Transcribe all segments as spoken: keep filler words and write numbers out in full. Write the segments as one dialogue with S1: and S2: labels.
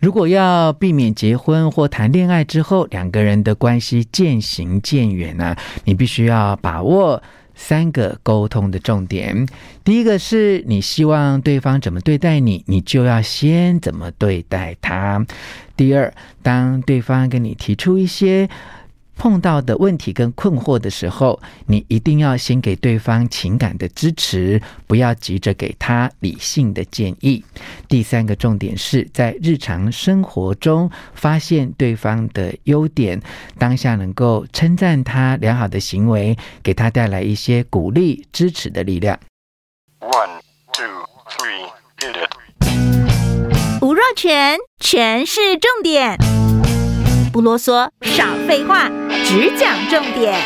S1: 如果要避免结婚或谈恋爱之后两个人的关系渐行渐远呢，你必须要把握三个沟通的重点。第一个是你希望对方怎么对待你，你就要先怎么对待他。第二，当对方跟你提出一些碰到的问题跟困惑的时候，你一定要先给对方情感的支持，不要急着给他理性的建议。第三个重点是在日常生活中发现对方的优点，当下能够称赞他良好的行为，给他带来一些鼓励支持的力量。
S2: One, two, three, hit it。
S3: 吴若权，全是重点，不啰嗦，少废话，只讲重点。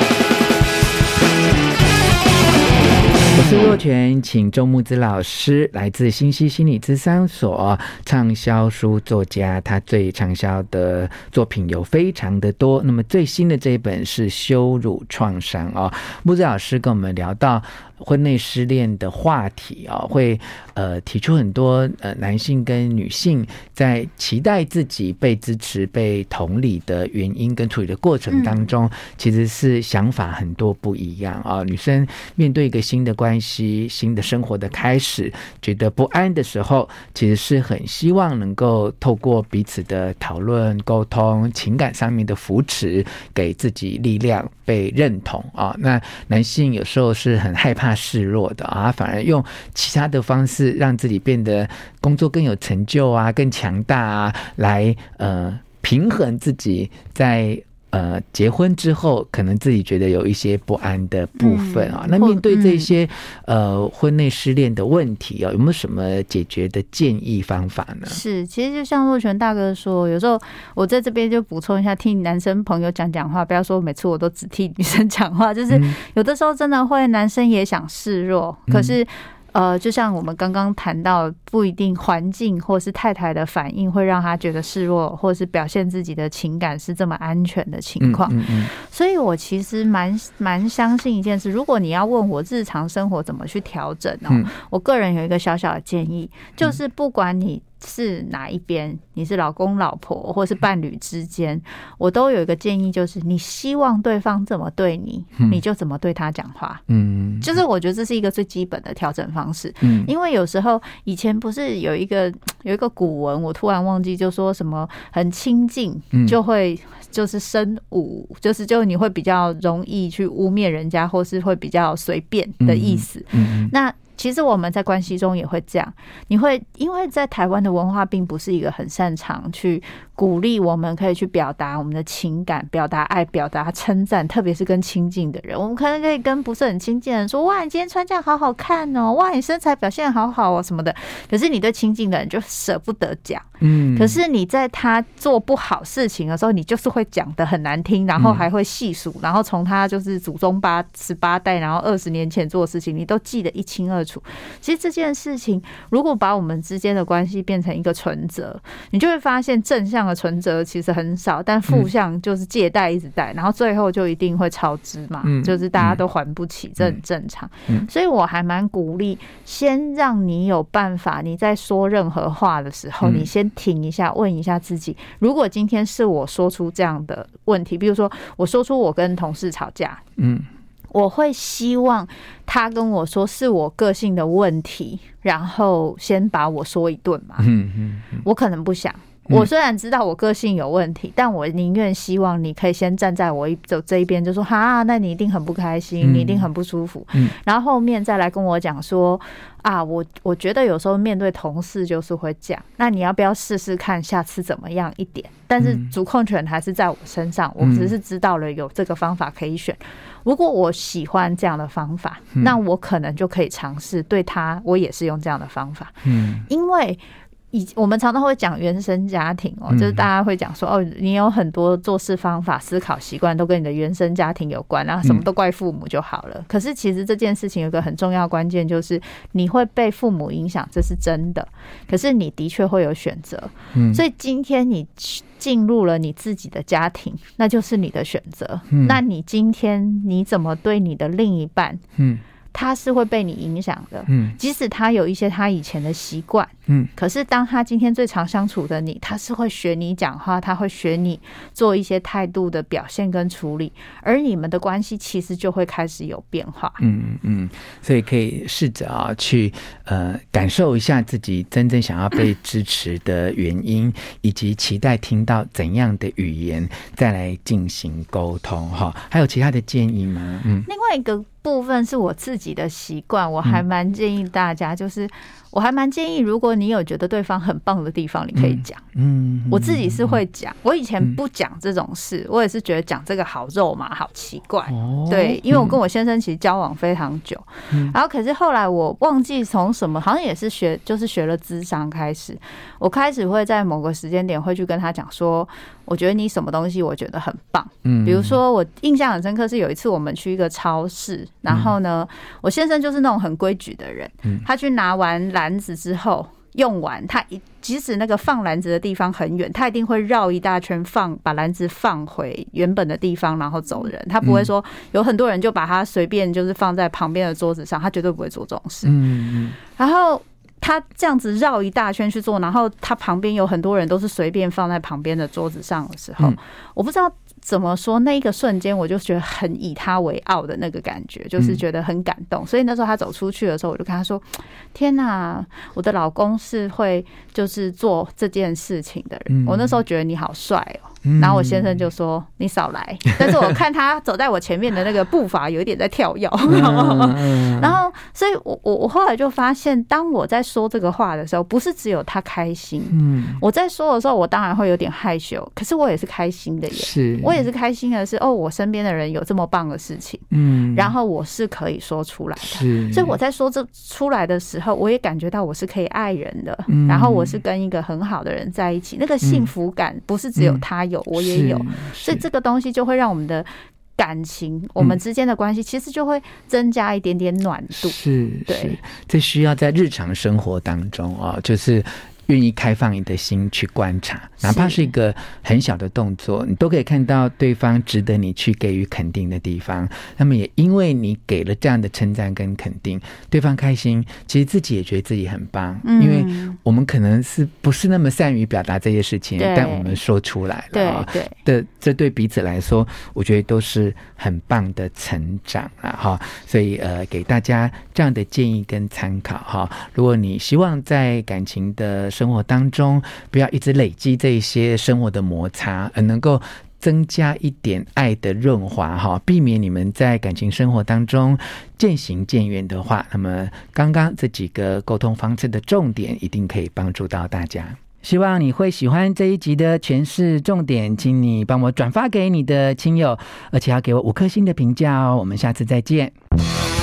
S1: 我是若权，请周慕姿老师，来自新溪心理咨商所，畅销书作家，他最畅销的作品有非常的多。那么最新的这一本是羞辱创伤哦。慕姿老师跟我们聊到婚内失恋的话题哦，会呃提出很多呃男性跟女性在期待自己被支持、被同理的原因跟处理的过程当中，嗯、其实是想法很多不一样啊、哦。女生面对一个新的关系、新的生活的开始，觉得不安的时候，其实是很希望能够透过彼此的讨论、沟通、情感上面的扶持，给自己力量、被认同啊、哦。那男性有时候是很害怕示弱的啊，反而用其他的方式让自己变得工作更有成就啊，更强大啊，来呃平衡自己在呃结婚之后可能自己觉得有一些不安的部分啊。嗯、那面对这些、嗯、呃婚内失恋的问题啊，有没有什么解决的建议方法呢？
S4: 是，其实就像若权大哥说，有时候我在这边就补充一下，听男生朋友讲讲话，不要说每次我都只替女生讲话，就是有的时候真的会男生也想示弱，嗯、可是。呃，就像我们刚刚谈到，不一定环境或是太太的反应会让他觉得示弱，或是表现自己的情感是这么安全的情况。嗯嗯嗯、所以我其实蛮蛮相信一件事，如果你要问我日常生活怎么去调整哦，嗯、我个人有一个小小的建议，就是不管你是哪一边，你是老公老婆或是伴侣之间，我都有一个建议，就是你希望对方怎么对你，嗯、你就怎么对他讲话。嗯，就是我觉得这是一个最基本的调整方式。嗯，因为有时候以前不是有一个有一个古文，我突然忘记，就说什么很亲近就会就是生武，就是就你会比较容易去污蔑人家，或是会比较随便的意思。嗯嗯、那其实我们在关系中也会这样，你会因为在台湾的文化并不是一个很擅长去鼓励我们可以去表达我们的情感、表达爱、表达称赞，特别是跟亲近的人，我们可能可以跟不是很亲近的人说：“哇，你今天穿这样好好看哦！哇，你身材表现好好哦什么的。”可是你对亲近的人就舍不得讲，嗯。可是你在他做不好事情的时候，你就是会讲得很难听，然后还会细数，然后从他就是祖宗八十八代，然后二十年前做的事情，你都记得一清二楚。其实这件事情，如果把我们之间的关系变成一个存折，你就会发现正向的存折其实很少，但负向就是借贷一直贷，然后最后就一定会超支嘛，嗯、就是大家都还不起，嗯、这很正常。嗯、所以我还蛮鼓励，先让你有办法，你在说任何话的时候，嗯、你先停一下，问一下自己，如果今天是我说出这样的问题，比如说我说出我跟同事吵架，嗯。我会希望他跟我说是我个性的问题，然后先把我说一顿嘛。嗯嗯嗯、我可能不想，我虽然知道我个性有问题，但我宁愿希望你可以先站在我一走这一边，就说哈，那你一定很不开心，你一定很不舒服。嗯、然后后面再来跟我讲说啊，我我觉得有时候面对同事就是会这样，那你要不要试试看下次怎么样一点？但是主控权还是在我身上，我只是知道了有这个方法可以选。如果我喜欢这样的方法，那我可能就可以尝试对他，我也是用这样的方法。嗯，因为以我们常常会讲原生家庭哦，就是大家会讲说哦，你有很多做事方法、思考习惯都跟你的原生家庭有关，然后什么都怪父母就好了。可是其实这件事情有一个很重要的关键，就是你会被父母影响，这是真的。可是你的确会有选择，所以今天你进入了你自己的家庭，那就是你的选择。那你今天你怎么对你的另一半？嗯。 他是会被你影响的，
S1: 嗯，
S4: 即使他有一些他以前的习惯，
S1: 嗯，
S4: 可是当他今天最常相处的你，他是会学你讲话，他会学你做一些态度的表现跟处理，而你们的关系其实就会开始有变化。
S1: 嗯嗯，所以可以试着啊去呃感受一下自己真正想要被支持的原因，以及期待听到怎样的语言，再来进行沟通哈。还有其他的建议吗？嗯，
S4: 另外一个部分是我自己的习惯，我还蛮建议大家，就是我还蛮建议，如果你有觉得对方很棒的地方，你可以讲。嗯，我自己是会讲，我以前不讲这种事，我也是觉得讲这个好肉麻，好奇怪。哦，对，因为我跟我先生其实交往非常久，嗯，然后可是后来我忘记从什么，好像也是学，就是学了諮商开始，我开始会在某个时间点会去跟他讲说，我觉得你什么东西我觉得很棒。嗯，比如说我印象很深刻是有一次我们去一个超市，然后呢，我先生就是那种很规矩的人，他去拿完篮子之后用完，他即使那个放篮子的地方很远，他一定会绕一大圈放，把篮子放回原本的地方，然后走人。他不会说有很多人就把它随便就是放在旁边的桌子上，他绝对不会做这种事。嗯，然后他这样子绕一大圈去做，然后他旁边有很多人都是随便放在旁边的桌子上的时候，我不知道怎么说，那一个瞬间我就觉得很以他为傲的那个感觉，就是觉得很感动。所以那时候他走出去的时候，我就跟他说：“天哪，我的老公是会就是做这件事情的人。”我那时候觉得你好帅哦。然后我先生就说：“你少来。”但是我看他走在我前面的那个步伐有一点在跳跃，然后所以我我我后来就发现，当我在说这个话的时候，不是只有他开心，我在说的时候，我当然会有点害羞，可是我也是开心的耶。是，我也是开心的是，哦，我身边的人有这么棒的事情，嗯，然后我是可以说出来的，所以我在说这出来的时候，我也感觉到我是可以爱人的，嗯，然后我是跟一个很好的人在一起，那个幸福感不是只有他有，我也有，所以这个东西就会让我们的感情，我们之间的关系其实就会增加一点点暖度。是，对，
S1: 这需要在日常生活当中啊，就是愿意开放你的心去观察，哪怕是一个很小的动作，你都可以看到对方值得你去给予肯定的地方。那么也因为你给了这样的称赞跟肯定，对方开心，其实自己也觉得自己很棒。嗯，因为我们可能是不是那么善于表达这些事情，但我们说出来了，对对的，这对彼此来说，我觉得都是很棒的成长啊！哈，所以呃，给大家这样的建议跟参考哈。如果你希望在感情的生活当中不要一直累积这些生活的摩擦，而能够增加一点爱的润滑，避免你们在感情生活当中渐行渐远的话，那么刚刚这几个沟通方式的重点一定可以帮助到大家。希望你会喜欢这一集的诠释重点，请你帮我转发给你的亲友，而且要给我五颗星的评价哦。我们下次再见。